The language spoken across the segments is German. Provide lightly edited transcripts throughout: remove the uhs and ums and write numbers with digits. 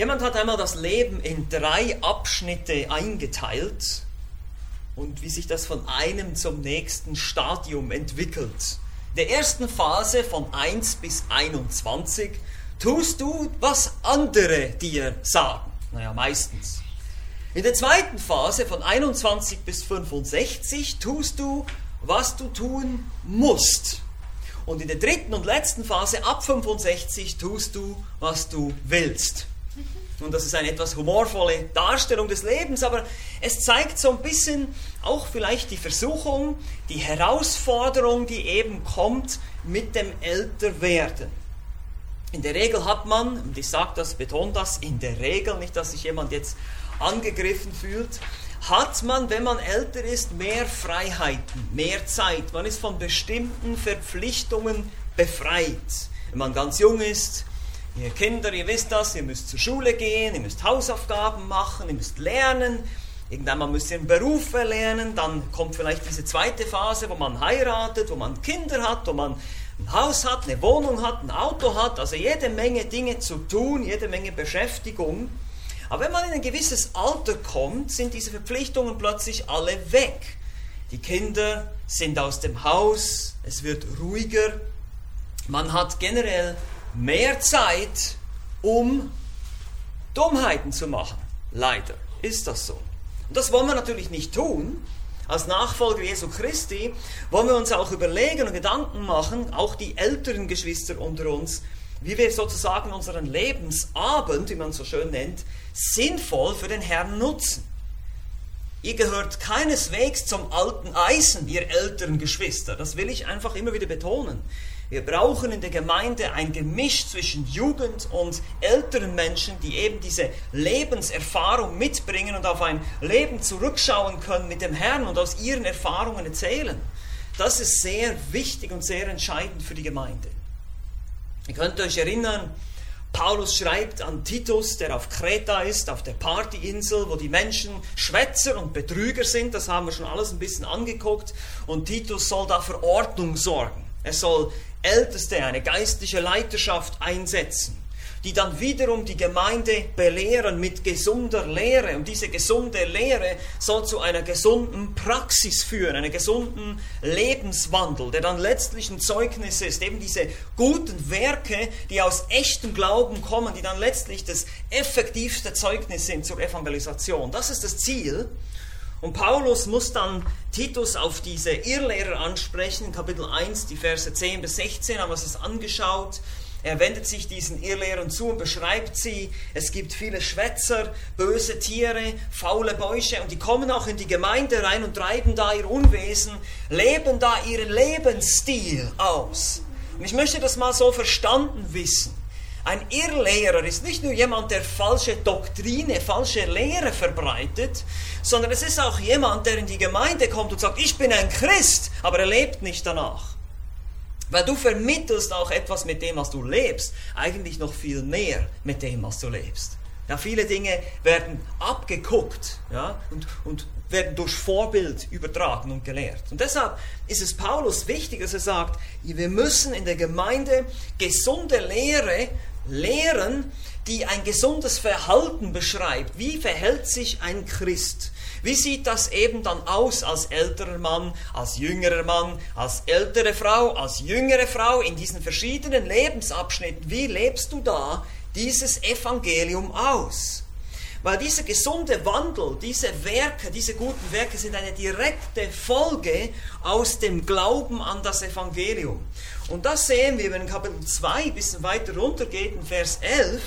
Jemand hat einmal das Leben in 3 Abschnitte eingeteilt und wie sich das von einem zum nächsten Stadium entwickelt. In der ersten Phase von 1 bis 21 tust du, was andere dir sagen. Naja, meistens. In der zweiten Phase von 21 bis 65 tust du, was du tun musst. Und in der dritten und letzten Phase ab 65 tust du, was du willst. Und das ist eine etwas humorvolle Darstellung des Lebens, aber es zeigt so ein bisschen auch vielleicht die Versuchung, die Herausforderung, die eben kommt mit dem Älterwerden. In der Regel hat man, und ich sage das, betone das, in der Regel, nicht, dass sich jemand jetzt angegriffen fühlt, hat man, wenn man älter ist, mehr Freiheiten, mehr Zeit. Man ist von bestimmten Verpflichtungen befreit. Wenn man ganz jung ist, ihr Kinder, ihr wisst das, ihr müsst zur Schule gehen, ihr müsst Hausaufgaben machen, ihr müsst lernen, irgendwann müsst ihr einen Beruf erlernen, dann kommt vielleicht diese zweite Phase, wo man heiratet, wo man Kinder hat, wo man ein Haus hat, eine Wohnung hat, ein Auto hat, also jede Menge Dinge zu tun, jede Menge Beschäftigung. Aber wenn man in ein gewisses Alter kommt, sind diese Verpflichtungen plötzlich alle weg. Die Kinder sind aus dem Haus, es wird ruhiger, man hat generell mehr Zeit, um Dummheiten zu machen. Leider ist das so. Und das wollen wir natürlich nicht tun. Als Nachfolger Jesu Christi wollen wir uns auch überlegen und Gedanken machen, auch die älteren Geschwister unter uns, wie wir sozusagen unseren Lebensabend, wie man es so schön nennt, sinnvoll für den Herrn nutzen. Ihr gehört keineswegs zum alten Eisen, ihr älteren Geschwister. Das will ich einfach immer wieder betonen. Wir brauchen in der Gemeinde ein Gemisch zwischen Jugend und älteren Menschen, die eben diese Lebenserfahrung mitbringen und auf ein Leben zurückschauen können mit dem Herrn und aus ihren Erfahrungen erzählen. Das ist sehr wichtig und sehr entscheidend für die Gemeinde. Ihr könnt euch erinnern, Paulus schreibt an Titus, der auf Kreta ist, auf der Partyinsel, wo die Menschen Schwätzer und Betrüger sind. Das haben wir schon alles ein bisschen angeguckt. Und Titus soll da für Ordnung sorgen. Er soll Älteste, eine geistliche Leiterschaft einsetzen, die dann wiederum die Gemeinde belehren mit gesunder Lehre. Und diese gesunde Lehre soll zu einer gesunden Praxis führen, einem gesunden Lebenswandel, der dann letztlich ein Zeugnis ist. Eben diese guten Werke, die aus echtem Glauben kommen, die dann letztlich das effektivste Zeugnis sind zur Evangelisation. Das ist das Ziel. Und Paulus muss dann Titus auf diese Irrlehrer ansprechen. In Kapitel 1, die Verse 10 bis 16 haben wir uns das angeschaut. Er wendet sich diesen Irrlehrern zu und beschreibt sie. Es gibt viele Schwätzer, böse Tiere, faule Bäuche und die kommen auch in die Gemeinde rein und treiben da ihr Unwesen, leben da ihren Lebensstil aus. Und ich möchte das mal so verstanden wissen. Ein Irrlehrer ist nicht nur jemand, der falsche Doktrine, falsche Lehre verbreitet, sondern es ist auch jemand, der in die Gemeinde kommt und sagt, ich bin ein Christ, aber er lebt nicht danach. Weil du vermittelst auch etwas mit dem, was du lebst, eigentlich noch viel mehr mit dem, was du lebst. Ja, viele Dinge werden abgeguckt, ja, und werden durch Vorbild übertragen und gelehrt. Und deshalb ist es Paulus wichtig, dass er sagt, wir müssen in der Gemeinde gesunde Lehre lehren, die ein gesundes Verhalten beschreibt. Wie verhält sich ein Christ? Wie sieht das eben dann aus als älterer Mann, als jüngerer Mann, als ältere Frau, als jüngere Frau in diesen verschiedenen Lebensabschnitten? Wie lebst du da dieses Evangelium aus? Weil dieser gesunde Wandel, diese Werke, diese guten Werke sind eine direkte Folge aus dem Glauben an das Evangelium. Und das sehen wir, wenn in Kapitel 2 ein bisschen weiter runter geht, in Vers 11,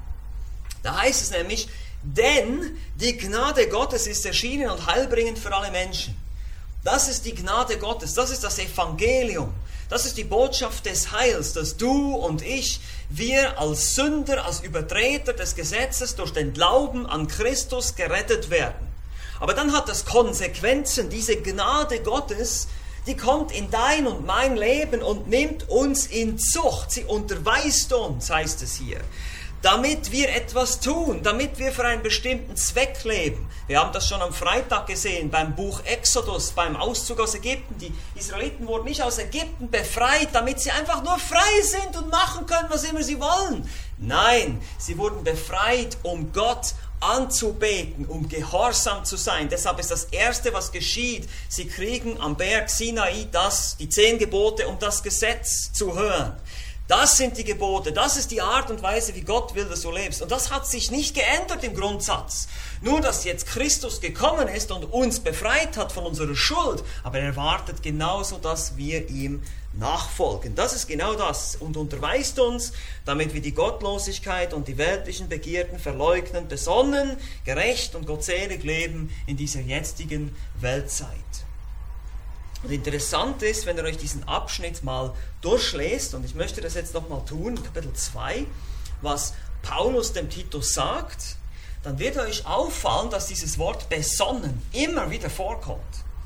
da heißt es nämlich, denn die Gnade Gottes ist erschienen und heilbringend für alle Menschen. Das ist die Gnade Gottes, das ist das Evangelium. Das ist die Botschaft des Heils, dass du und ich, wir als Sünder, als Übertreter des Gesetzes durch den Glauben an Christus gerettet werden. Aber dann hat das Konsequenzen. Diese Gnade Gottes, die kommt in dein und mein Leben und nimmt uns in Zucht. Sie unterweist uns, heißt es hier. damit wir etwas tun, damit wir für einen bestimmten Zweck leben. Wir haben das schon am Freitag gesehen, beim Buch Exodus, beim Auszug aus Ägypten. Die Israeliten wurden nicht aus Ägypten befreit, damit sie einfach nur frei sind und machen können, was immer sie wollen. Nein, sie wurden befreit, um Gott anzubeten, um gehorsam zu sein. Deshalb ist das Erste, was geschieht, sie kriegen am Berg Sinai die 10 Gebote, um das Gesetz zu hören. Das sind die Gebote, das ist die Art und Weise, wie Gott will, dass du lebst. Und das hat sich nicht geändert im Grundsatz. Nur, dass jetzt Christus gekommen ist und uns befreit hat von unserer Schuld, aber er erwartet genauso, dass wir ihm nachfolgen. Das ist genau das und unterweist uns, damit wir die Gottlosigkeit und die weltlichen Begierden verleugnen, besonnen, gerecht und gottselig leben in dieser jetzigen Weltzeit. Und interessant ist, wenn ihr euch diesen Abschnitt mal durchlest, und ich möchte das jetzt nochmal tun, Kapitel 2, was Paulus dem Titus sagt, dann wird euch auffallen, dass dieses Wort besonnen immer wieder vorkommt.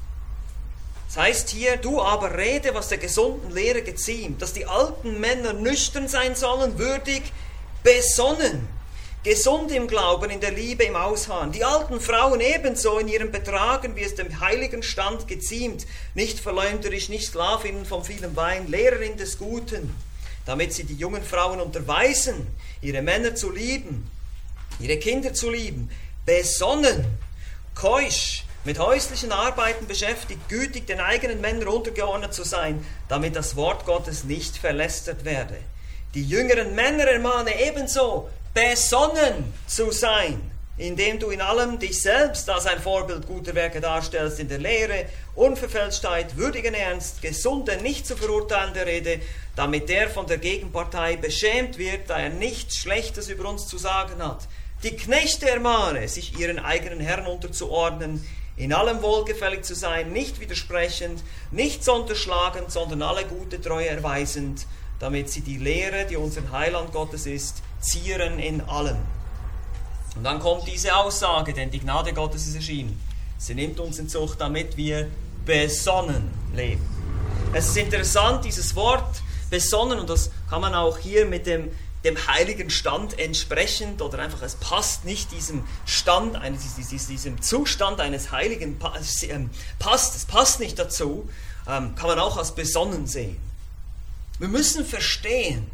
Das heißt hier, du aber rede, was der gesunden Lehre geziemt, dass die alten Männer nüchtern sein sollen, würdig, besonnen, gesund im Glauben, in der Liebe, im Ausharren. Die alten Frauen ebenso in ihrem Betragen, wie es dem heiligen Stand geziemt, nicht verleumderisch, nicht Sklavinnen vom vielen Wein, Lehrerin des Guten, damit sie die jungen Frauen unterweisen, ihre Männer zu lieben, ihre Kinder zu lieben, besonnen, keusch, mit häuslichen Arbeiten beschäftigt, gütig den eigenen Männern untergeordnet zu sein, damit das Wort Gottes nicht verlästert werde. Die jüngeren Männer ermahne ebenso, besonnen zu sein, indem du in allem dich selbst als ein Vorbild guter Werke darstellst, in der Lehre, Unverfälschtheit, würdigen Ernst, gesunde, nicht zu verurteilende Rede, damit der von der Gegenpartei beschämt wird, da er nichts Schlechtes über uns zu sagen hat. Die Knechte ermahne, sich ihren eigenen Herren unterzuordnen, in allem wohlgefällig zu sein, nicht widersprechend, nichts unterschlagend, sondern alle gute Treue erweisend, damit sie die Lehre, die unser Heiland Gottes ist, zieren in allem. Und dann kommt diese Aussage, denn die Gnade Gottes ist erschienen. Sie nimmt uns in Zucht, damit wir besonnen leben. Es ist interessant, dieses Wort besonnen, und das kann man auch hier mit dem heiligen Stand entsprechend, oder einfach, es passt nicht diesem Stand, diesem Zustand eines Heiligen, es passt nicht dazu, kann man auch als besonnen sehen. Wir müssen verstehen,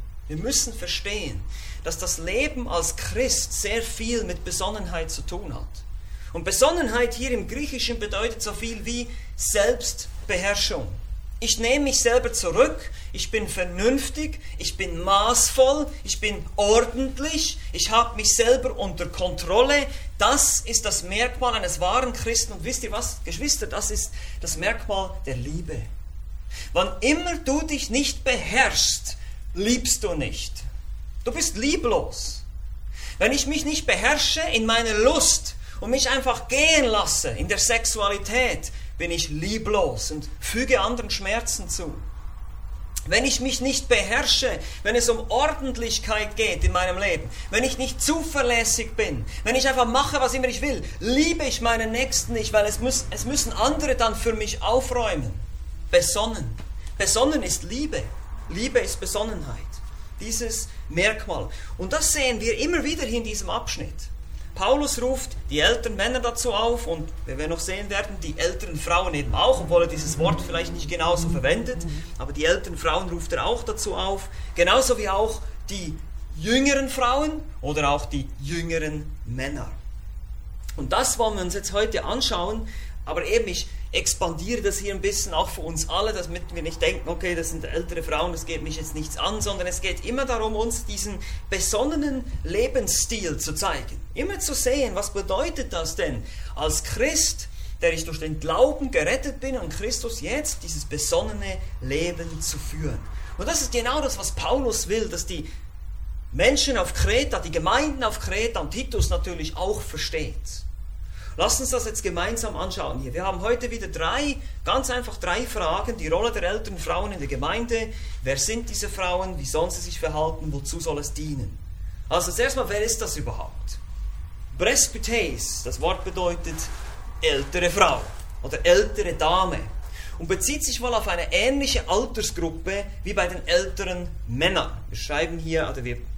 dass das Leben als Christ sehr viel mit Besonnenheit zu tun hat. Und Besonnenheit hier im Griechischen bedeutet so viel wie Selbstbeherrschung. Ich nehme mich selber zurück, ich bin vernünftig, ich bin maßvoll, ich bin ordentlich, ich habe mich selber unter Kontrolle. Das ist das Merkmal eines wahren Christen. Und wisst ihr was, Geschwister, das ist das Merkmal der Liebe. Wann immer du dich nicht beherrschst, liebst du nicht. Du bist lieblos. Wenn ich mich nicht beherrsche in meiner Lust und mich einfach gehen lasse in der Sexualität, bin ich lieblos und füge anderen Schmerzen zu. Wenn ich mich nicht beherrsche, wenn es um Ordentlichkeit geht in meinem Leben, wenn ich nicht zuverlässig bin, wenn ich einfach mache, was immer ich will, liebe ich meinen Nächsten nicht, weil es müssen andere dann für mich aufräumen. Besonnen. Besonnen ist Liebe. Liebe ist Besonnenheit. Dieses Merkmal. Und das sehen wir immer wieder in diesem Abschnitt. Paulus ruft die älteren Männer dazu auf, und wie wir noch sehen werden, die älteren Frauen eben auch, obwohl er dieses Wort vielleicht nicht genauso verwendet, aber die älteren Frauen ruft er auch dazu auf, genauso wie auch die jüngeren Frauen oder auch die jüngeren Männer. Und das wollen wir uns jetzt heute anschauen, aber eben ich expandiere das hier ein bisschen auch für uns alle, damit wir nicht denken, okay, das sind ältere Frauen, das geht mich jetzt nichts an, sondern es geht immer darum, uns diesen besonnenen Lebensstil zu zeigen. Immer zu sehen, was bedeutet das denn als Christ, der ich durch den Glauben gerettet bin und Christus jetzt dieses besonnene Leben zu führen. Und das ist genau das, was Paulus will, dass die Menschen auf Kreta, die Gemeinden auf Kreta und Titus natürlich auch versteht. Lasst uns das jetzt gemeinsam anschauen hier. Wir haben heute wieder ganz einfach drei Fragen. Die Rolle der älteren Frauen in der Gemeinde. Wer sind diese Frauen? Wie sollen sie sich verhalten? Wozu soll es dienen? Also zuerst mal, wer ist das überhaupt? Presbytes, das Wort bedeutet ältere Frau oder ältere Dame und bezieht sich wohl auf eine ähnliche Altersgruppe wie bei den älteren Männern. Wir schreiben hier, oder wir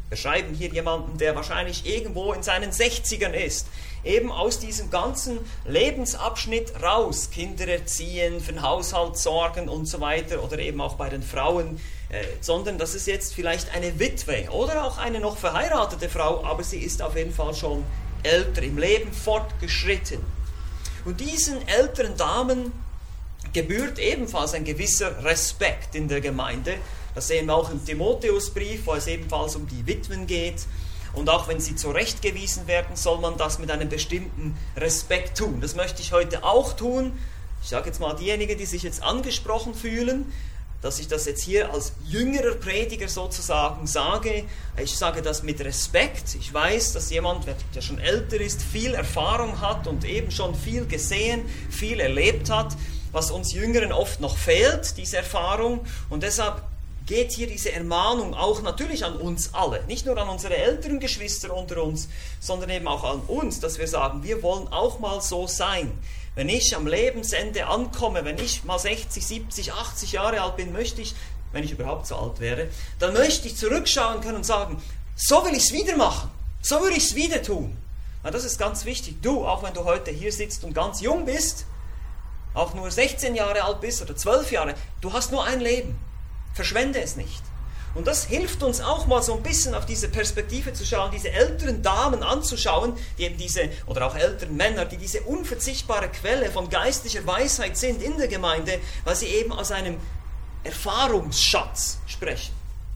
Wir schreiben hier jemanden, der wahrscheinlich irgendwo in seinen 60ern ist, eben aus diesem ganzen Lebensabschnitt raus, Kinder erziehen, für den Haushalt sorgen und so weiter, oder eben auch bei den Frauen, sondern das ist jetzt vielleicht eine Witwe oder auch eine noch verheiratete Frau, aber sie ist auf jeden Fall schon älter, im Leben fortgeschritten. Und diesen älteren Damen gebührt ebenfalls ein gewisser Respekt in der Gemeinde. Das sehen wir auch im Timotheusbrief, wo es ebenfalls um die Witwen geht. Und auch wenn sie zurechtgewiesen werden, soll man das mit einem bestimmten Respekt tun. Das möchte ich heute auch tun. Ich sage jetzt mal diejenigen, die sich jetzt angesprochen fühlen, dass ich das jetzt hier als jüngerer Prediger sozusagen sage. Ich sage das mit Respekt. Ich weiß, dass jemand, der schon älter ist, viel Erfahrung hat und eben schon viel gesehen, viel erlebt hat, was uns Jüngeren oft noch fehlt, diese Erfahrung. Und deshalb geht hier diese Ermahnung auch natürlich an uns alle, nicht nur an unsere älteren Geschwister unter uns, sondern eben auch an uns, dass wir sagen, wir wollen auch mal so sein. Wenn ich am Lebensende ankomme, wenn ich mal 60, 70, 80 Jahre alt bin, möchte ich, wenn ich überhaupt so alt wäre, dann möchte ich zurückschauen können und sagen, so will ich es wieder machen, so will ich es wieder tun. Na, das ist ganz wichtig. Du, auch wenn du heute hier sitzt und ganz jung bist, auch nur 16 Jahre alt bist oder 12 Jahre, du hast nur ein Leben. Verschwende es nicht. Und das hilft uns auch mal so ein bisschen auf diese Perspektive zu schauen, diese älteren Damen anzuschauen, die eben diese, oder auch älteren Männer, die diese unverzichtbare Quelle von geistlicher Weisheit sind in der Gemeinde, weil sie eben aus einem Erfahrungsschatz sprechen.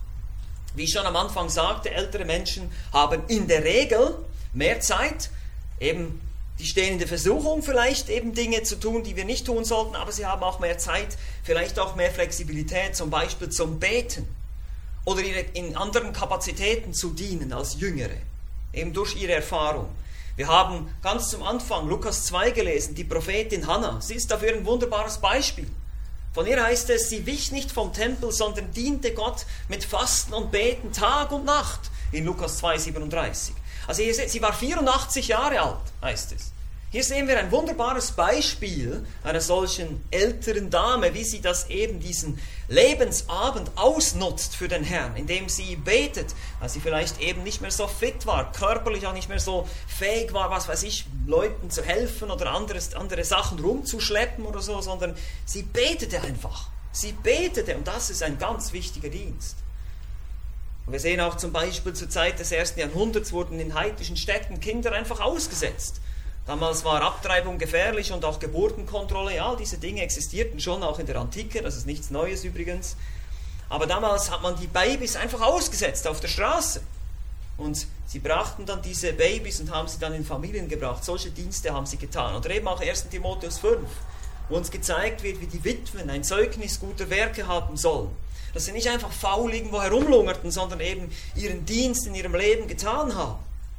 Wie ich schon am Anfang sagte, ältere Menschen haben in der Regel mehr Zeit, eben die stehen in der Versuchung, vielleicht eben Dinge zu tun, die wir nicht tun sollten, aber sie haben auch mehr Zeit, vielleicht auch mehr Flexibilität, zum Beispiel zum Beten oder in anderen Kapazitäten zu dienen als Jüngere, eben durch ihre Erfahrung. Wir haben ganz zum Anfang Lukas 2 gelesen, die Prophetin Hannah. Sie ist dafür ein wunderbares Beispiel. Von ihr heißt es, sie wich nicht vom Tempel, sondern diente Gott mit Fasten und Beten Tag und Nacht in Lukas 2,37. Also sie war 84 Jahre alt, heißt es. Hier sehen wir ein wunderbares Beispiel einer solchen älteren Dame, wie sie das eben diesen Lebensabend ausnutzt für den Herrn, indem sie betet, weil sie vielleicht eben nicht mehr so fit war, körperlich auch nicht mehr so fähig war, was weiß ich, Leuten zu helfen oder andere Sachen rumzuschleppen oder so, sondern sie betete einfach. Sie betete und das ist ein ganz wichtiger Dienst. Und wir sehen auch zum Beispiel zur Zeit des 1. Jahrhunderts wurden in heidnischen Städten Kinder einfach ausgesetzt. Damals war Abtreibung gefährlich und auch Geburtenkontrolle, ja, diese Dinge existierten schon auch in der Antike, das ist nichts Neues übrigens. Aber damals hat man die Babys einfach ausgesetzt auf der Straße. Und sie brachten dann diese Babys und haben sie dann in Familien gebracht. Solche Dienste haben sie getan. Oder eben auch 1. Timotheus 5, wo uns gezeigt wird, wie die Witwen ein Zeugnis guter Werke haben sollen. Dass sie nicht einfach faul irgendwo herumlungerten, sondern eben ihren Dienst in ihrem Leben getan haben.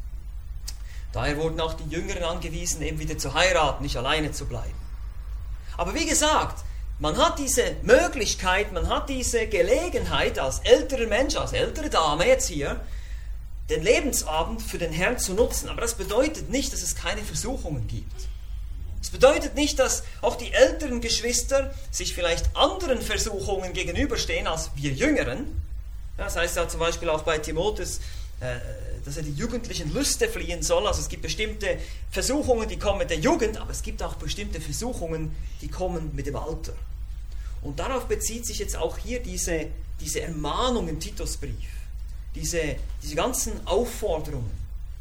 Daher wurden auch die Jüngeren angewiesen, eben wieder zu heiraten, nicht alleine zu bleiben. Aber wie gesagt, man hat diese Möglichkeit, man hat diese Gelegenheit als älterer Mensch, als ältere Dame jetzt hier, den Lebensabend für den Herrn zu nutzen. Aber das bedeutet nicht, dass es keine Versuchungen gibt. Es bedeutet nicht, dass auch die älteren Geschwister sich vielleicht anderen Versuchungen gegenüberstehen als wir Jüngeren. Das heißt ja zum Beispiel auch bei Timotheus, dass er die jugendlichen Lüste fliehen soll. Also es gibt bestimmte Versuchungen, die kommen mit der Jugend, aber es gibt auch bestimmte Versuchungen, die kommen mit dem Alter. Und darauf bezieht sich jetzt auch hier diese Ermahnung im Titusbrief, diese ganzen Aufforderungen.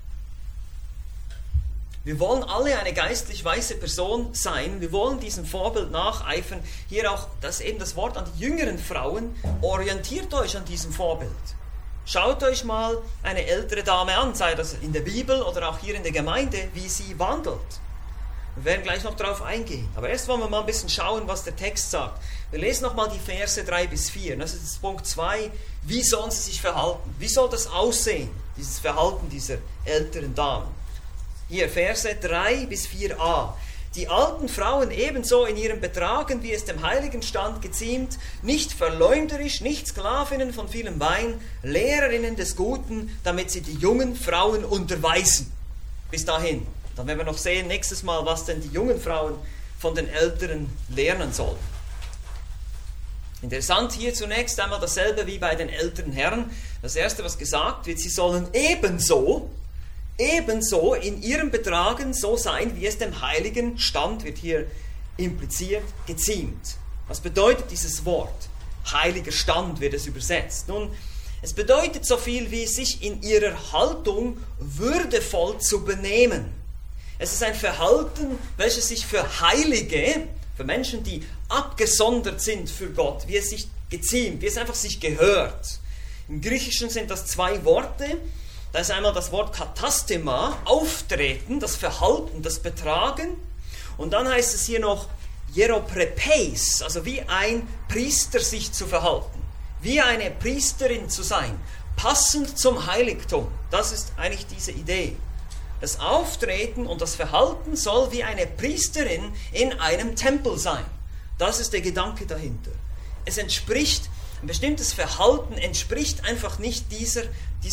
Wir wollen alle eine geistlich weise Person sein, wir wollen diesem Vorbild nacheifern. Hier auch eben das Wort an die jüngeren Frauen, orientiert euch an diesem Vorbild. Schaut euch mal eine ältere Dame an, sei das in der Bibel oder auch hier in der Gemeinde, wie sie wandelt. Wir werden gleich noch darauf eingehen. Aber erst wollen wir mal ein bisschen schauen, was der Text sagt. Wir lesen nochmal die Verse 3 bis 4. Das ist Punkt 2. Wie sollen sie sich verhalten? Wie soll das aussehen, dieses Verhalten dieser älteren Damen? Hier, Verse 3 bis 4a. Die alten Frauen ebenso in ihrem Betragen, wie es dem heiligen Stand geziemt, nicht verleumderisch, nicht Sklavinnen von vielem Wein, Lehrerinnen des Guten, damit sie die jungen Frauen unterweisen. Bis dahin. Dann werden wir noch sehen, nächstes Mal, was denn die jungen Frauen von den Älteren lernen sollen. Interessant hier zunächst einmal dasselbe wie bei den älteren Herren. Das Erste, was gesagt wird, sie sollen ebenso in ihrem Betragen so sein, wie es dem heiligen Stand, wird hier impliziert, geziemt. Was bedeutet dieses Wort? Heiliger Stand wird es übersetzt. Nun, es bedeutet so viel wie sich in ihrer Haltung würdevoll zu benehmen. Es ist ein Verhalten, welches sich für Heilige, für Menschen, die abgesondert sind für Gott, wie es sich geziemt, wie es einfach sich gehört. Im Griechischen sind das zwei Worte. Da ist einmal das Wort katastema, Auftreten, das Verhalten, das Betragen. Und dann heißt es hier noch hieroprepeis, also wie ein Priester sich zu verhalten, wie eine Priesterin zu sein, passend zum Heiligtum. Das ist eigentlich diese Idee. Das Auftreten und das Verhalten soll wie eine Priesterin in einem Tempel sein. Das ist der Gedanke dahinter. Es entspricht, ein bestimmtes Verhalten entspricht einfach nicht dieser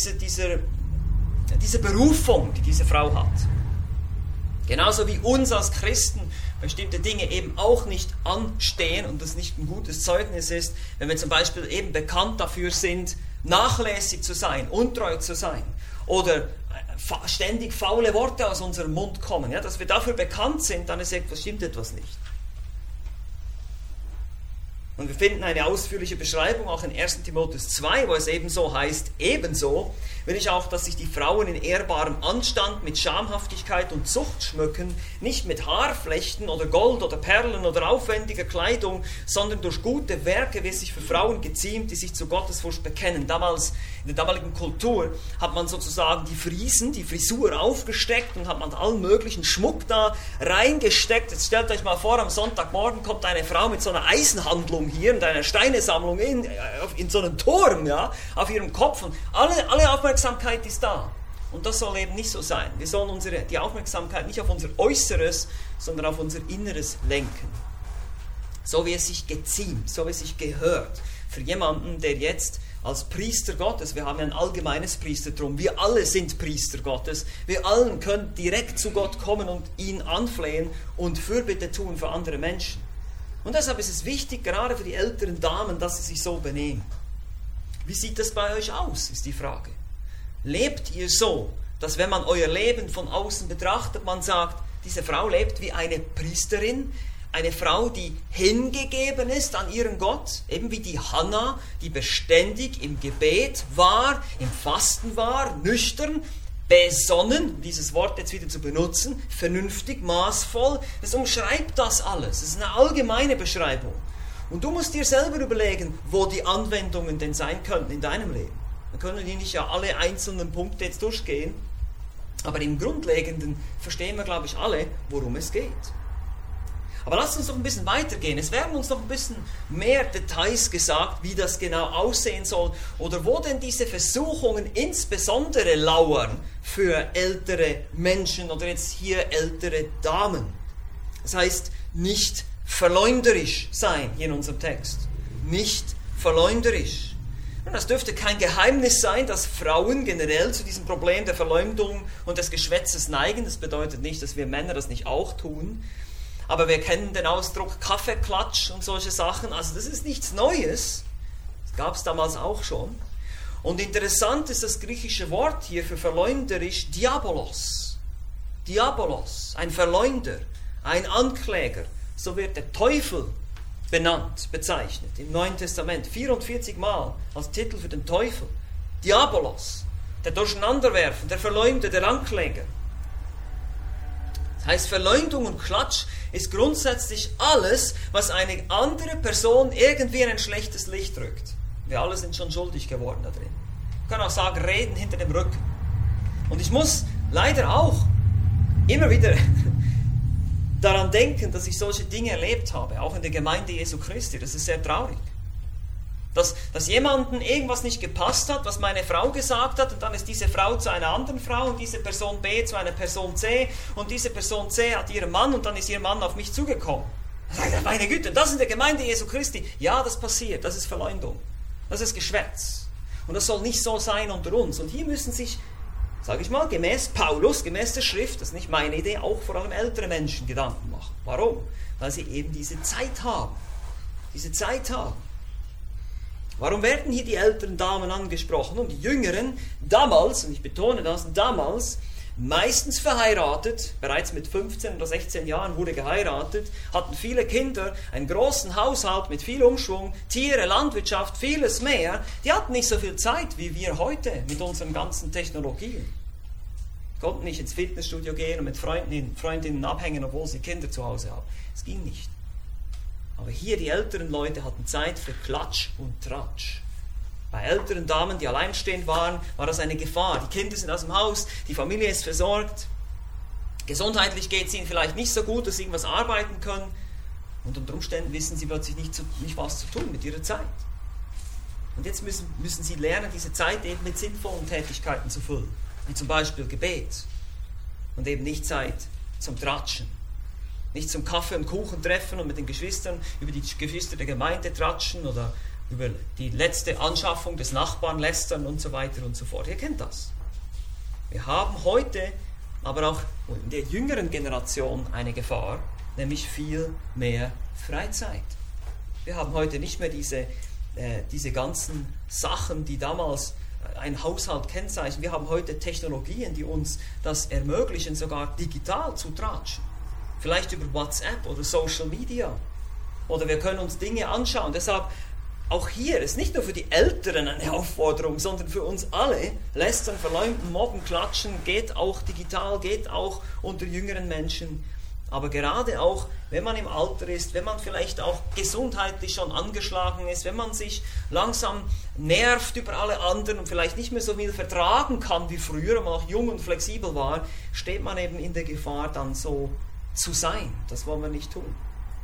Berufung, die diese Frau hat. Genauso wie uns als Christen bestimmte Dinge eben auch nicht anstehen und das nicht ein gutes Zeugnis ist, wenn wir zum Beispiel eben bekannt dafür sind, nachlässig zu sein, untreu zu sein oder ständig faule Worte aus unserem Mund kommen. Ja, dass wir dafür bekannt sind, dann stimmt etwas nicht. Und wir finden eine ausführliche Beschreibung auch in 1. Timotheus 2, wo es ebenso heißt, ebenso will ich auch, dass sich die Frauen in ehrbarem Anstand mit Schamhaftigkeit und Zucht schmücken, nicht mit Haarflechten oder Gold oder Perlen oder aufwendiger Kleidung, sondern durch gute Werke, wie es sich für Frauen geziemt, die sich zu Gottesfurcht bekennen. Damals, in der damaligen Kultur, hat man sozusagen die Frisur aufgesteckt und hat man allen möglichen Schmuck da reingesteckt. Jetzt stellt euch mal vor, am Sonntagmorgen kommt eine Frau mit so einer Eisenhandlung hier und einer Steinesammlung in so einem Turm, ja, auf ihrem Kopf und alle Aufmerksamkeit ist da. Und das soll eben nicht so sein. Wir sollen die Aufmerksamkeit nicht auf unser Äußeres, sondern auf unser Inneres lenken. So wie es sich geziemt, so wie es sich gehört. Für jemanden, der jetzt als Priester Gottes, wir haben ja ein allgemeines Priestertum, wir alle sind Priester Gottes, wir allen können direkt zu Gott kommen und ihn anflehen und Fürbitte tun für andere Menschen. Und deshalb ist es wichtig, gerade für die älteren Damen, dass sie sich so benehmen. Wie sieht das bei euch aus, ist die Frage. Lebt ihr so, dass wenn man euer Leben von außen betrachtet, man sagt, diese Frau lebt wie eine Priesterin, eine Frau, die hingegeben ist an ihren Gott, eben wie die Hannah, die beständig im Gebet war, im Fasten war, nüchtern, besonnen, dieses Wort jetzt wieder zu benutzen, vernünftig, maßvoll, das umschreibt das alles. Das ist eine allgemeine Beschreibung. Und du musst dir selber überlegen, wo die Anwendungen denn sein könnten in deinem Leben. Wir können hier nicht ja alle einzelnen Punkte jetzt durchgehen, aber im Grundlegenden verstehen wir, glaube ich, alle, worum es geht. Aber lasst uns noch ein bisschen weitergehen. Es werden uns noch ein bisschen mehr Details gesagt, wie das genau aussehen soll oder wo denn diese Versuchungen insbesondere lauern für ältere Menschen oder jetzt hier ältere Damen. Das heißt, nicht verleumderisch sein hier in unserem Text. Nicht verleumderisch. Und das dürfte kein Geheimnis sein, dass Frauen generell zu diesem Problem der Verleumdung und des Geschwätzes neigen. Das bedeutet nicht, dass wir Männer das nicht auch tun. Aber wir kennen den Ausdruck Kaffeeklatsch und solche Sachen. Also das ist nichts Neues. Das gab es damals auch schon. Und interessant ist das griechische Wort hier für verleumderisch Diabolos. Diabolos, ein Verleumder, ein Ankläger. So wird der Teufel benannt, bezeichnet im Neuen Testament. 44 Mal als Titel für den Teufel. Diabolos, der Durcheinanderwerfer, der Verleumder, der Ankläger. Das heißt, Verleumdung und Klatsch ist grundsätzlich alles, was eine andere Person irgendwie in ein schlechtes Licht rückt. Wir alle sind schon schuldig geworden da drin. Wir können auch sagen, reden hinter dem Rücken. Und ich muss leider auch immer wieder daran denken, dass ich solche Dinge erlebt habe, auch in der Gemeinde Jesu Christi. Das ist sehr traurig. Dass jemandem irgendwas nicht gepasst hat, was meine Frau gesagt hat, und dann ist diese Frau zu einer anderen Frau und diese Person B zu einer Person C und diese Person C hat ihren Mann und dann ist ihr Mann auf mich zugekommen. Meine Güte, das in der Gemeinde Jesu Christi. Ja, das passiert, das ist Verleumdung, das ist Geschwätz. Und das soll nicht so sein unter uns. Und hier müssen sich, sage ich mal, gemäß Paulus, gemäß der Schrift, das ist nicht meine Idee, auch vor allem ältere Menschen Gedanken machen. Warum? Weil sie eben diese Zeit haben. Diese Zeit haben. Warum werden hier die älteren Damen angesprochen und die jüngeren damals, und ich betone das, damals meistens verheiratet, bereits mit 15 oder 16 Jahren wurde geheiratet, hatten viele Kinder, einen großen Haushalt mit viel Umschwung, Tiere, Landwirtschaft, vieles mehr. Die hatten nicht so viel Zeit wie wir heute mit unseren ganzen Technologien. Konnten nicht ins Fitnessstudio gehen und mit Freundinnen abhängen, obwohl sie Kinder zu Hause haben. Es ging nicht. Aber hier die älteren Leute hatten Zeit für Klatsch und Tratsch. Bei älteren Damen, die alleinstehend waren, war das eine Gefahr. Die Kinder sind aus dem Haus, die Familie ist versorgt. Gesundheitlich geht es ihnen vielleicht nicht so gut, dass sie irgendwas arbeiten können. Und unter Umständen wissen sie plötzlich nicht, was zu tun mit ihrer Zeit. Und jetzt müssen sie lernen, diese Zeit eben mit sinnvollen Tätigkeiten zu füllen. Wie zum Beispiel Gebet. Und eben nicht Zeit zum Tratschen. Nicht zum Kaffee und Kuchen treffen und mit den Geschwistern über die Geschwister der Gemeinde tratschen oder über die letzte Anschaffung des Nachbarn lästern und so weiter und so fort. Ihr kennt das. Wir haben heute, aber auch in der jüngeren Generation eine Gefahr, nämlich viel mehr Freizeit. Wir haben heute nicht mehr diese ganzen Sachen, die damals ein Haushalt kennzeichnen. Wir haben heute Technologien, die uns das ermöglichen, sogar digital zu tratschen. Vielleicht über WhatsApp oder Social Media. Oder wir können uns Dinge anschauen. Deshalb auch hier ist nicht nur für die Älteren eine Aufforderung, sondern für uns alle. Lästern, verleumden, mobben, klatschen geht auch digital, geht auch unter jüngeren Menschen. Aber gerade auch, wenn man im Alter ist, wenn man vielleicht auch gesundheitlich schon angeschlagen ist, wenn man sich langsam nervt über alle anderen und vielleicht nicht mehr so viel vertragen kann wie früher, wenn man auch jung und flexibel war, steht man eben in der Gefahr, dann so zu sein. Das wollen wir nicht tun.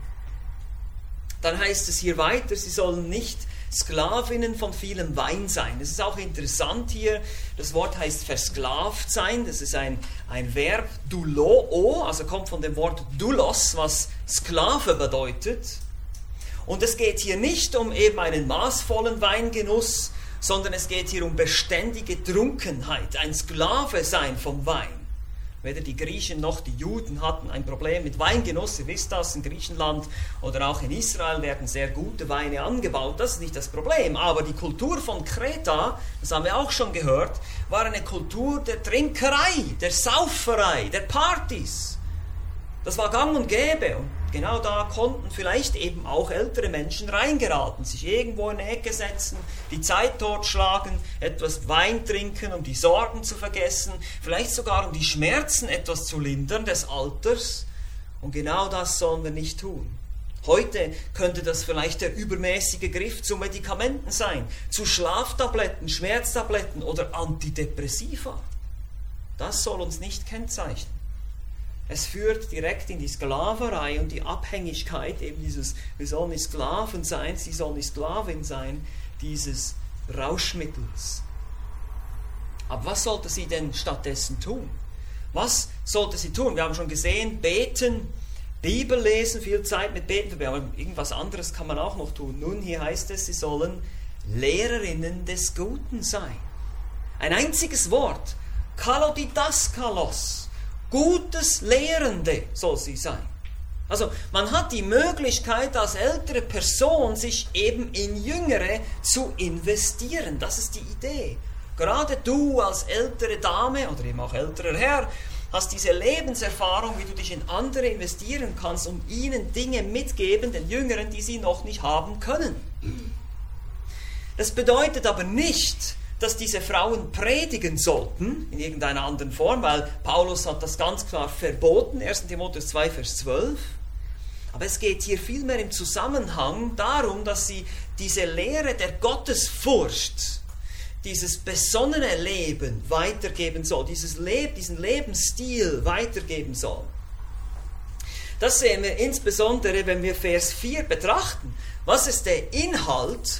Dann heißt es hier weiter, sie sollen nicht Sklavinnen von vielem Wein sein. Das ist auch interessant hier. Das Wort heißt versklavt sein. Das ist ein Verb, douloo, also kommt von dem Wort doulos, was Sklave bedeutet. Und es geht hier nicht um eben einen maßvollen Weingenuss, sondern es geht hier um beständige Trunkenheit, ein Sklave sein vom Wein. Weder die Griechen noch die Juden hatten ein Problem mit Weingenuss. Ihr wisst das, in Griechenland oder auch in Israel werden sehr gute Weine angebaut. Das ist nicht das Problem. Aber die Kultur von Kreta, das haben wir auch schon gehört, war eine Kultur der Trinkerei, der Sauferei, der Partys. Das war gang und gäbe. Und genau da konnten vielleicht eben auch ältere Menschen reingeraten, sich irgendwo in eine Ecke setzen, die Zeit totschlagen, etwas Wein trinken, um die Sorgen zu vergessen, vielleicht sogar um die Schmerzen etwas zu lindern des Alters. Und genau das sollen wir nicht tun. Heute könnte das vielleicht der übermäßige Griff zu Medikamenten sein, zu Schlaftabletten, Schmerztabletten oder Antidepressiva. Das soll uns nicht kennzeichnen. Es führt direkt in die Sklaverei und die Abhängigkeit, eben dieses, wir sollen nicht Sklaven sein, sie sollen nicht Sklavin sein, dieses Rauschmittels. Aber was sollte sie denn stattdessen tun? Was sollte sie tun? Wir haben schon gesehen, beten, Bibel lesen, viel Zeit mit Beten verbringen, aber irgendwas anderes kann man auch noch tun. Nun, hier heißt es, sie sollen Lehrerinnen des Guten sein. Ein einziges Wort, kalodidaskalos. Gutes Lehrende soll sie sein. Also man hat die Möglichkeit als ältere Person sich eben in Jüngere zu investieren. Das ist die Idee. Gerade du als ältere Dame oder eben auch älterer Herr hast diese Lebenserfahrung, wie du dich in andere investieren kannst und ihnen Dinge mitgeben, den Jüngeren, die sie noch nicht haben können. Das bedeutet aber nicht, dass diese Frauen predigen sollten, in irgendeiner anderen Form, weil Paulus hat das ganz klar verboten, 1. Timotheus 2, Vers 12. Aber es geht hier vielmehr im Zusammenhang darum, dass sie diese Lehre der Gottesfurcht, dieses besonnene Leben weitergeben soll, diesen Lebensstil weitergeben soll. Das sehen wir insbesondere, wenn wir Vers 4 betrachten. Was ist der Inhalt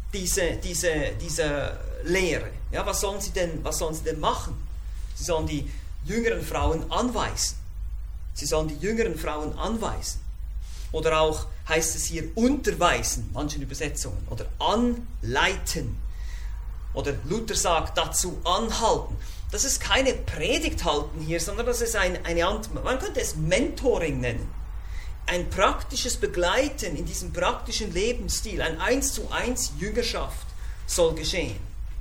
dieser Lehre? Ja, was sollen sie denn machen? Sie sollen die jüngeren Frauen anweisen. Sie sollen die jüngeren Frauen anweisen. Oder auch heißt es hier unterweisen, manchen Übersetzungen. Oder anleiten. Oder Luther sagt dazu anhalten. Das ist keine Predigt halten hier, sondern das ist man könnte es Mentoring nennen. ein praktisches Begleiten in diesem praktischen Lebensstil, ein 1:1 Jüngerschaft soll geschehen.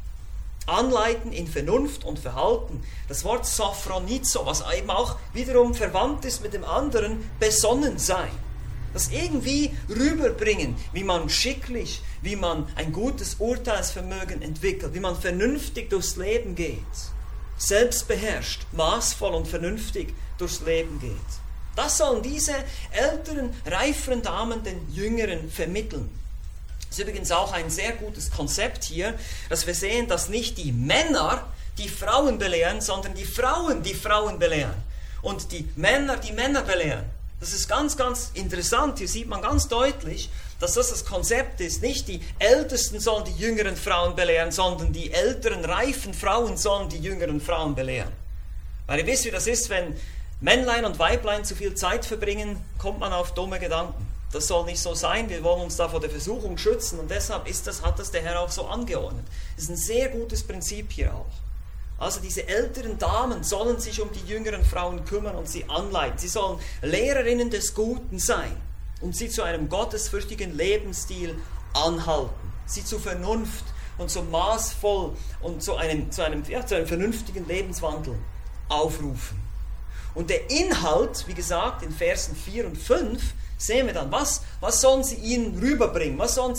Anleiten in Vernunft und Verhalten. Das Wort Sophronizo, was eben auch wiederum verwandt ist mit dem anderen, besonnen sein. Das irgendwie rüberbringen, wie man schicklich, wie man ein gutes Urteilsvermögen entwickelt, wie man vernünftig durchs Leben geht. Selbstbeherrscht, maßvoll und vernünftig durchs Leben geht. Das sollen diese älteren, reiferen Damen den Jüngeren vermitteln. Das ist übrigens auch ein sehr gutes Konzept hier, dass wir sehen, dass nicht die Männer die Frauen belehren, sondern die Frauen belehren. Und die Männer belehren. Das ist ganz, ganz interessant. Hier sieht man ganz deutlich, dass das Konzept ist. Nicht die Ältesten sollen die jüngeren Frauen belehren, sondern die älteren, reifen Frauen sollen die jüngeren Frauen belehren. Weil ihr wisst, wie das ist, wenn Männlein und Weiblein zu viel Zeit verbringen, kommt man auf dumme Gedanken. Das soll nicht so sein, wir wollen uns da vor der Versuchung schützen und deshalb hat das der Herr auch so angeordnet. Das ist ein sehr gutes Prinzip hier auch. Also diese älteren Damen sollen sich um die jüngeren Frauen kümmern und sie anleiten. Sie sollen Lehrerinnen des Guten sein und sie zu einem gottesfürchtigen Lebensstil anhalten. Sie zu Vernunft und so maßvoll und zu einem vernünftigen Lebenswandel aufrufen. Und der Inhalt, wie gesagt, in Versen 4 und 5, sehen wir dann, was sollen sie ihnen rüberbringen?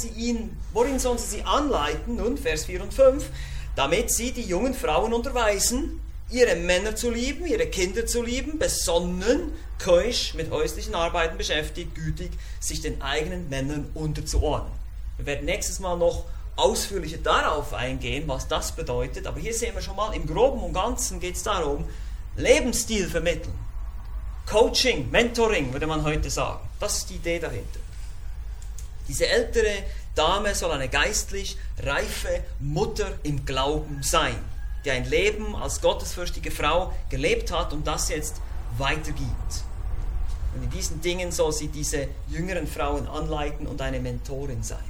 Worin sollen sie sie anleiten? Nun, Vers 4 und 5, damit sie die jungen Frauen unterweisen, ihre Männer zu lieben, ihre Kinder zu lieben, besonnen, keusch, mit häuslichen Arbeiten beschäftigt, gütig, sich den eigenen Männern unterzuordnen. Wir werden nächstes Mal noch ausführlicher darauf eingehen, was das bedeutet, aber hier sehen wir schon mal, im Groben und Ganzen geht es darum, Lebensstil vermitteln. Coaching, Mentoring, würde man heute sagen. Das ist die Idee dahinter. Diese ältere Dame soll eine geistlich reife Mutter im Glauben sein, die ein Leben als gottesfürchtige Frau gelebt hat und das jetzt weitergibt. Und in diesen Dingen soll sie diese jüngeren Frauen anleiten und eine Mentorin sein.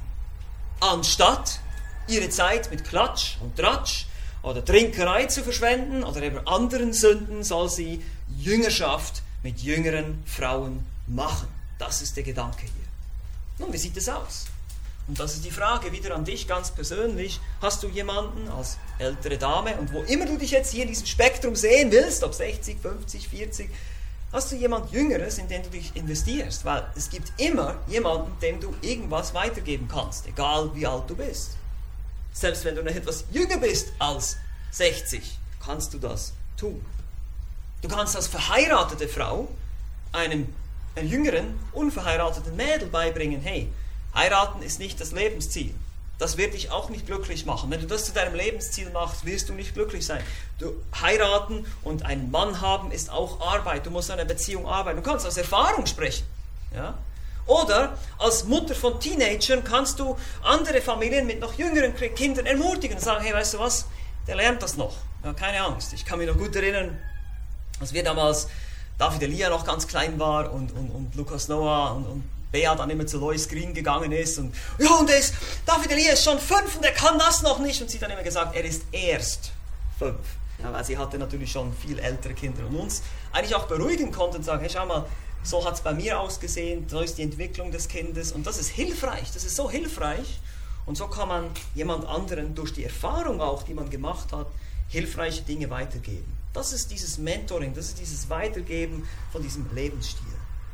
Anstatt ihre Zeit mit Klatsch und Tratsch oder Trinkerei zu verschwenden oder eben anderen Sünden, soll sie Jüngerschaft mit jüngeren Frauen machen. Das ist der Gedanke hier. Nun, wie sieht es aus? Und das ist die Frage wieder an dich ganz persönlich. Hast du jemanden als ältere Dame und wo immer du dich jetzt hier in diesem Spektrum sehen willst, ob 60, 50, 40, hast du jemand Jüngeres, in den du dich investierst? Weil es gibt immer jemanden, dem du irgendwas weitergeben kannst, egal wie alt du bist. Selbst wenn du noch etwas jünger bist als 60, kannst du das tun. Du kannst als verheiratete Frau einem jüngeren, unverheirateten Mädel beibringen, hey, heiraten ist nicht das Lebensziel. Das wird dich auch nicht glücklich machen. Wenn du das zu deinem Lebensziel machst, wirst du nicht glücklich sein. Heiraten und einen Mann haben ist auch Arbeit. Du musst an einer Beziehung arbeiten. Du kannst aus Erfahrung sprechen. Ja? Oder als Mutter von Teenagern kannst du andere Familien mit noch jüngeren Kindern ermutigen und sagen, hey, weißt du was, der lernt das noch. Ja, keine Angst. Ich kann mich noch gut erinnern, als wir damals, David Elia noch ganz klein war und Lukas Noah und Bea dann immer zu Lois Green gegangen ist und David Elia ist schon 5 und er kann das noch nicht und sie dann immer gesagt, er ist erst 5. Ja, weil sie hatte natürlich schon viel ältere Kinder und uns eigentlich auch beruhigen konnte und sagen, hey, schau mal, so hat es bei mir ausgesehen, so ist die Entwicklung des Kindes und das ist hilfreich, das ist so hilfreich und so kann man jemand anderen durch die Erfahrung auch, die man gemacht hat, hilfreiche Dinge weitergeben. Das ist dieses Mentoring, das ist dieses Weitergeben von diesem Lebensstil.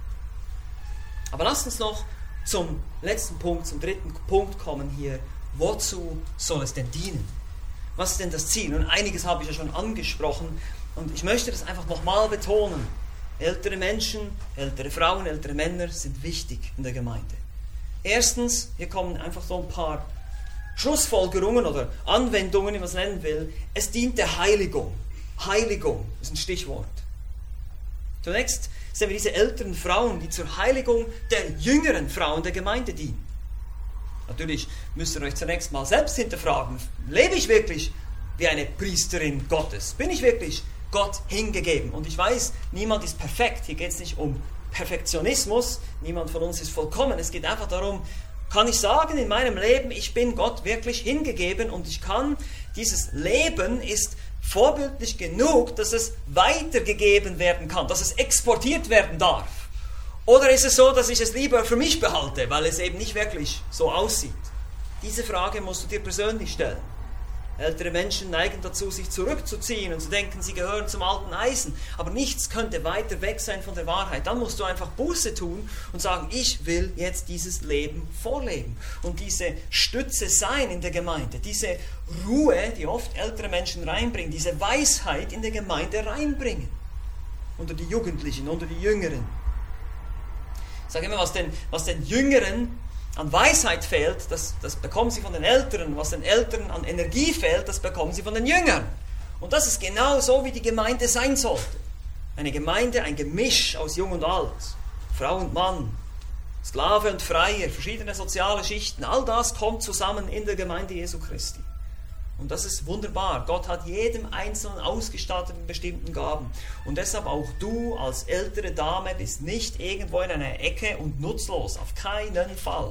Aber lasst uns noch zum letzten Punkt, zum dritten Punkt kommen hier. Wozu soll es denn dienen? Was ist denn das Ziel? Und einiges habe ich ja schon angesprochen und ich möchte das einfach nochmal betonen. Ältere Menschen, ältere Frauen, ältere Männer sind wichtig in der Gemeinde. Erstens, hier kommen einfach so ein paar Schlussfolgerungen oder Anwendungen, wie man es nennen will. Es dient der Heiligung. Heiligung ist ein Stichwort. Zunächst sehen wir diese älteren Frauen, die zur Heiligung der jüngeren Frauen der Gemeinde dienen. Natürlich müsst ihr euch zunächst mal selbst hinterfragen, lebe ich wirklich wie eine Priesterin Gottes? Bin ich wirklich Gott hingegeben? Und ich weiß, niemand ist perfekt. Hier geht es nicht um Perfektionismus. Niemand von uns ist vollkommen. Es geht einfach darum, kann ich sagen in meinem Leben, ich bin Gott wirklich hingegeben und ich kann, dieses Leben ist vorbildlich genug, dass es weitergegeben werden kann, dass es exportiert werden darf. Oder ist es so, dass ich es lieber für mich behalte, weil es eben nicht wirklich so aussieht? Diese Frage musst du dir persönlich stellen. Ältere Menschen neigen dazu, sich zurückzuziehen und zu denken, sie gehören zum alten Eisen. Aber nichts könnte weiter weg sein von der Wahrheit. Dann musst du einfach Buße tun und sagen, ich will jetzt dieses Leben vorleben. Und diese Stütze sein in der Gemeinde, diese Ruhe, die oft ältere Menschen reinbringen, diese Weisheit in der Gemeinde reinbringen. Unter die Jugendlichen, unter die Jüngeren. Ich sage immer, was den Jüngeren an Weisheit fehlt, das bekommen sie von den Älteren. Was den Älteren an Energie fehlt, das bekommen sie von den Jüngern. Und das ist genau so, wie die Gemeinde sein sollte. Eine Gemeinde, ein Gemisch aus Jung und Alt, Frau und Mann, Sklave und Freier, verschiedene soziale Schichten. All das kommt zusammen in der Gemeinde Jesu Christi. Und das ist wunderbar. Gott hat jedem Einzelnen ausgestattet mit bestimmten Gaben. Und deshalb auch du als ältere Dame bist nicht irgendwo in einer Ecke und nutzlos. Auf keinen Fall.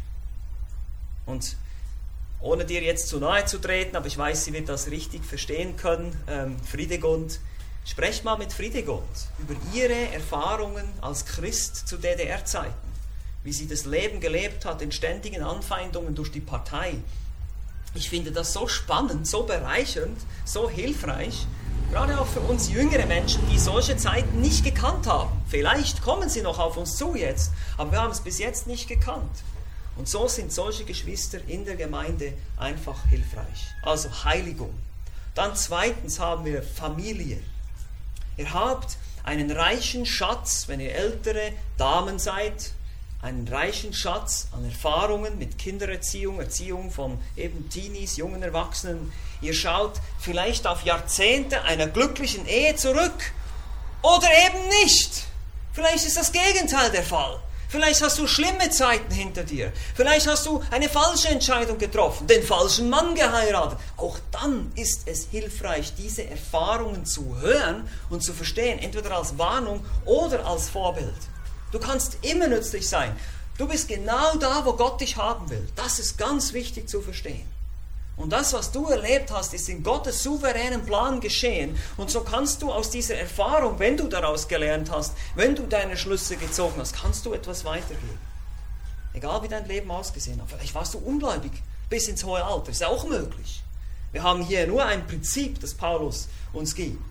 Und ohne dir jetzt zu nahe zu treten, aber ich weiß, sie wird das richtig verstehen können, Friedegund, sprecht mal mit Friedegund über ihre Erfahrungen als Christ zu DDR-Zeiten. Wie sie das Leben gelebt hat in ständigen Anfeindungen durch die Partei. Ich finde das so spannend, so bereichernd, so hilfreich, gerade auch für uns jüngere Menschen, die solche Zeiten nicht gekannt haben. Vielleicht kommen sie noch auf uns zu jetzt, aber wir haben es bis jetzt nicht gekannt. Und so sind solche Geschwister in der Gemeinde einfach hilfreich. Also Heiligung. Dann zweitens haben wir Familie. Ihr habt einen reichen Schatz, wenn ihr ältere Damen seid, einen reichen Schatz an Erfahrungen mit Kindererziehung, Erziehung von eben Teenies, jungen Erwachsenen. Ihr schaut vielleicht auf Jahrzehnte einer glücklichen Ehe zurück oder eben nicht. Vielleicht ist das Gegenteil der Fall. Vielleicht hast du schlimme Zeiten hinter dir. Vielleicht hast du eine falsche Entscheidung getroffen, den falschen Mann geheiratet. Auch dann ist es hilfreich, diese Erfahrungen zu hören und zu verstehen, entweder als Warnung oder als Vorbild. Du kannst immer nützlich sein. Du bist genau da, wo Gott dich haben will. Das ist ganz wichtig zu verstehen. Und das, was du erlebt hast, ist in Gottes souveränen Plan geschehen. Und so kannst du aus dieser Erfahrung, wenn du daraus gelernt hast, wenn du deine Schlüsse gezogen hast, kannst du etwas weitergeben. Egal wie dein Leben ausgesehen hat. Vielleicht warst du ungläubig bis ins hohe Alter. Ist auch möglich. Wir haben hier nur ein Prinzip, das Paulus uns gibt.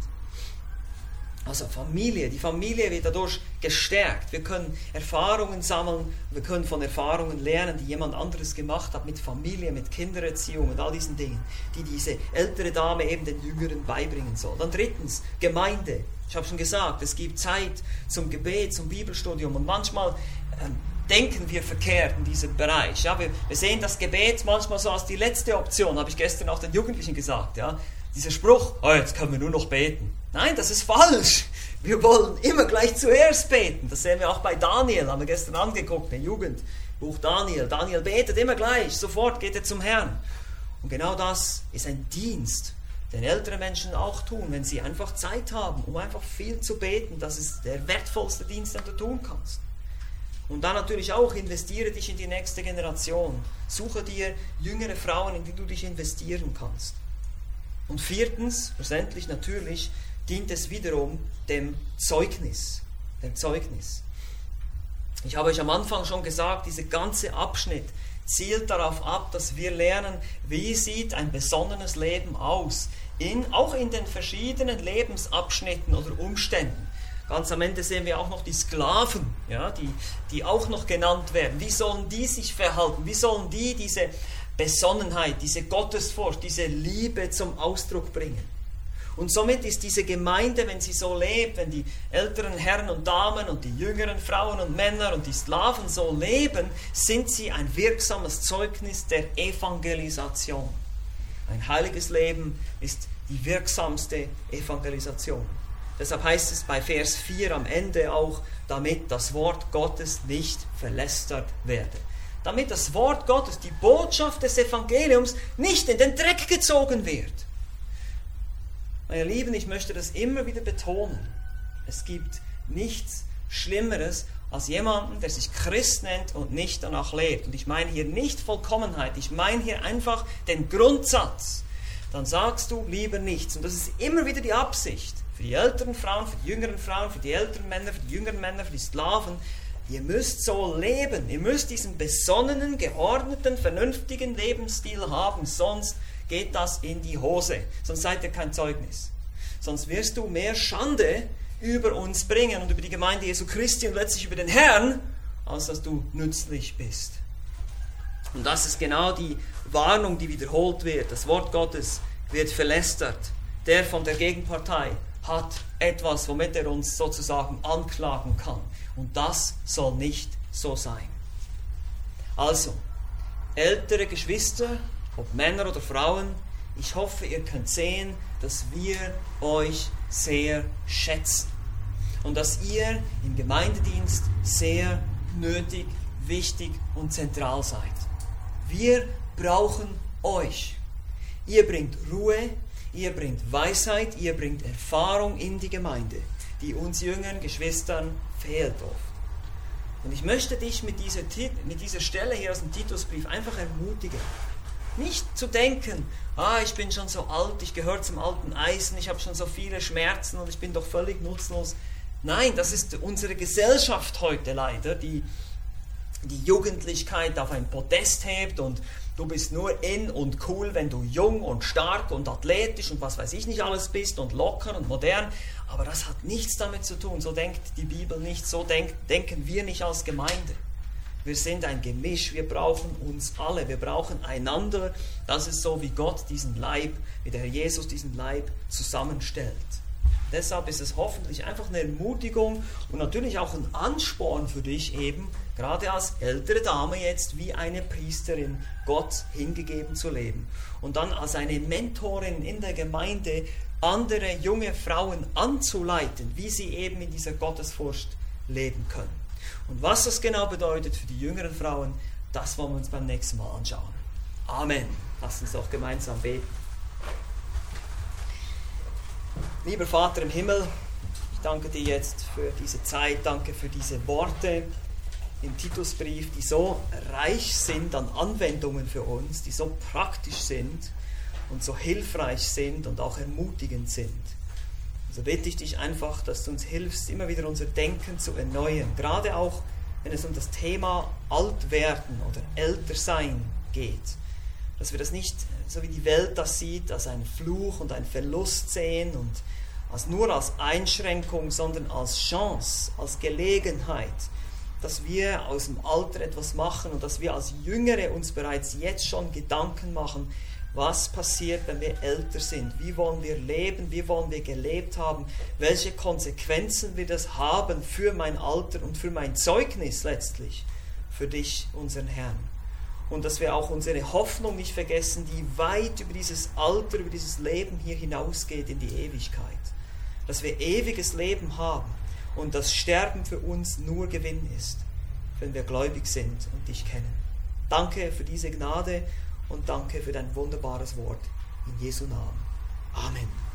Also Familie, die Familie wird dadurch gestärkt. Wir können Erfahrungen sammeln, wir können von Erfahrungen lernen, die jemand anderes gemacht hat mit Familie, mit Kindererziehung und all diesen Dingen, die diese ältere Dame eben den Jüngeren beibringen soll. Dann drittens, Gemeinde. Ich habe schon gesagt, es gibt Zeit zum Gebet, zum Bibelstudium und manchmal denken wir verkehrt in diesem Bereich. Ja, wir sehen das Gebet manchmal so als die letzte Option, habe ich gestern auch den Jugendlichen gesagt. Ja. Dieser Spruch, oh, jetzt können wir nur noch beten. Nein, das ist falsch. Wir wollen immer gleich zuerst beten. Das sehen wir auch bei Daniel, haben wir gestern angeguckt, im Jugendbuch Daniel. Daniel betet immer gleich, sofort geht er zum Herrn. Und genau das ist ein Dienst, den ältere Menschen auch tun, wenn sie einfach Zeit haben, um einfach viel zu beten. Das ist der wertvollste Dienst, den du tun kannst. Und dann natürlich auch, investiere dich in die nächste Generation. Suche dir jüngere Frauen, in die du dich investieren kannst. Und viertens, schlussendlich natürlich, dient es wiederum dem Zeugnis. Dem Zeugnis. Ich habe euch am Anfang schon gesagt, dieser ganze Abschnitt zielt darauf ab, dass wir lernen, wie sieht ein besonnenes Leben aus. Auch in den verschiedenen Lebensabschnitten oder Umständen. Ganz am Ende sehen wir auch noch die Sklaven, ja, die auch noch genannt werden. Wie sollen die sich verhalten? Wie sollen die diese Besonnenheit, diese Gottesfurcht, diese Liebe zum Ausdruck bringen? Und somit ist diese Gemeinde, wenn sie so lebt, wenn die älteren Herren und Damen und die jüngeren Frauen und Männer und die Sklaven so leben, sind sie ein wirksames Zeugnis der Evangelisation. Ein heiliges Leben ist die wirksamste Evangelisation. Deshalb heißt es bei Vers 4 am Ende auch, damit das Wort Gottes nicht verlästert werde. Damit das Wort Gottes, die Botschaft des Evangeliums, nicht in den Dreck gezogen wird. Meine Lieben, ich möchte das immer wieder betonen. Es gibt nichts Schlimmeres als jemanden, der sich Christ nennt und nicht danach lebt. Und ich meine hier nicht Vollkommenheit, ich meine hier einfach den Grundsatz. Dann sagst du lieber nichts. Und das ist immer wieder die Absicht. Für die älteren Frauen, für die jüngeren Frauen, für die älteren Männer, für die jüngeren Männer, für die Sklaven. Ihr müsst so leben. Ihr müsst diesen besonnenen, geordneten, vernünftigen Lebensstil haben. Sonst geht das in die Hose. Sonst seid ihr kein Zeugnis. Sonst wirst du mehr Schande über uns bringen und über die Gemeinde Jesu Christi und letztlich über den Herrn, als dass du nützlich bist. Und das ist genau die Warnung, die wiederholt wird. Das Wort Gottes wird verlästert. Der von der Gegenpartei hat etwas, womit er uns sozusagen anklagen kann. Und das soll nicht so sein. Also, ältere Geschwister, ob Männer oder Frauen, ich hoffe, ihr könnt sehen, dass wir euch sehr schätzen. Und dass ihr im Gemeindedienst sehr nötig, wichtig und zentral seid. Wir brauchen euch. Ihr bringt Ruhe, ihr bringt Weisheit, ihr bringt Erfahrung in die Gemeinde, die uns jüngeren Geschwistern fehlt oft. Und ich möchte dich mit dieser Stelle hier aus dem Titusbrief einfach ermutigen. Nicht zu denken, ich bin schon so alt, ich gehöre zum alten Eisen, ich habe schon so viele Schmerzen und ich bin doch völlig nutzlos. Nein, das ist unsere Gesellschaft heute leider, die Jugendlichkeit auf ein Podest hebt und du bist nur in und cool, wenn du jung und stark und athletisch und was weiß ich nicht alles bist und locker und modern. Aber das hat nichts damit zu tun. So denkt die Bibel nicht, so denken wir nicht als Gemeinde. Wir sind ein Gemisch, wir brauchen uns alle, wir brauchen einander. Das ist so, wie Gott diesen Leib, wie der Herr Jesus diesen Leib zusammenstellt. Deshalb ist es hoffentlich einfach eine Ermutigung und natürlich auch ein Ansporn für dich eben, gerade als ältere Dame jetzt, wie eine Priesterin Gott hingegeben zu leben. Und dann als eine Mentorin in der Gemeinde andere junge Frauen anzuleiten, wie sie eben in dieser Gottesfurcht leben können. Und was das genau bedeutet für die jüngeren Frauen, das wollen wir uns beim nächsten Mal anschauen. Amen. Lass uns doch gemeinsam beten. Lieber Vater im Himmel, ich danke dir jetzt für diese Zeit, danke für diese Worte im Titusbrief, die so reich sind an Anwendungen für uns, die so praktisch sind und so hilfreich sind und auch ermutigend sind. Also bitte ich dich einfach, dass du uns hilfst, immer wieder unser Denken zu erneuern, gerade auch, wenn es um das Thema Altwerden oder Ältersein geht. Dass wir das nicht, so wie die Welt das sieht, als einen Fluch und einen Verlust sehen und nur als Einschränkung, sondern als Chance, als Gelegenheit, dass wir aus dem Alter etwas machen und dass wir als Jüngere uns bereits jetzt schon Gedanken machen, was passiert, wenn wir älter sind, wie wollen wir leben, wie wollen wir gelebt haben, welche Konsequenzen wird das haben für mein Alter und für mein Zeugnis letztlich, für dich, unseren Herrn. Und dass wir auch unsere Hoffnung nicht vergessen, die weit über dieses Alter, über dieses Leben hier hinausgeht in die Ewigkeit. Dass wir ewiges Leben haben und das Sterben für uns nur Gewinn ist, wenn wir gläubig sind und dich kennen. Danke für diese Gnade und danke für dein wunderbares Wort. In Jesu Namen. Amen.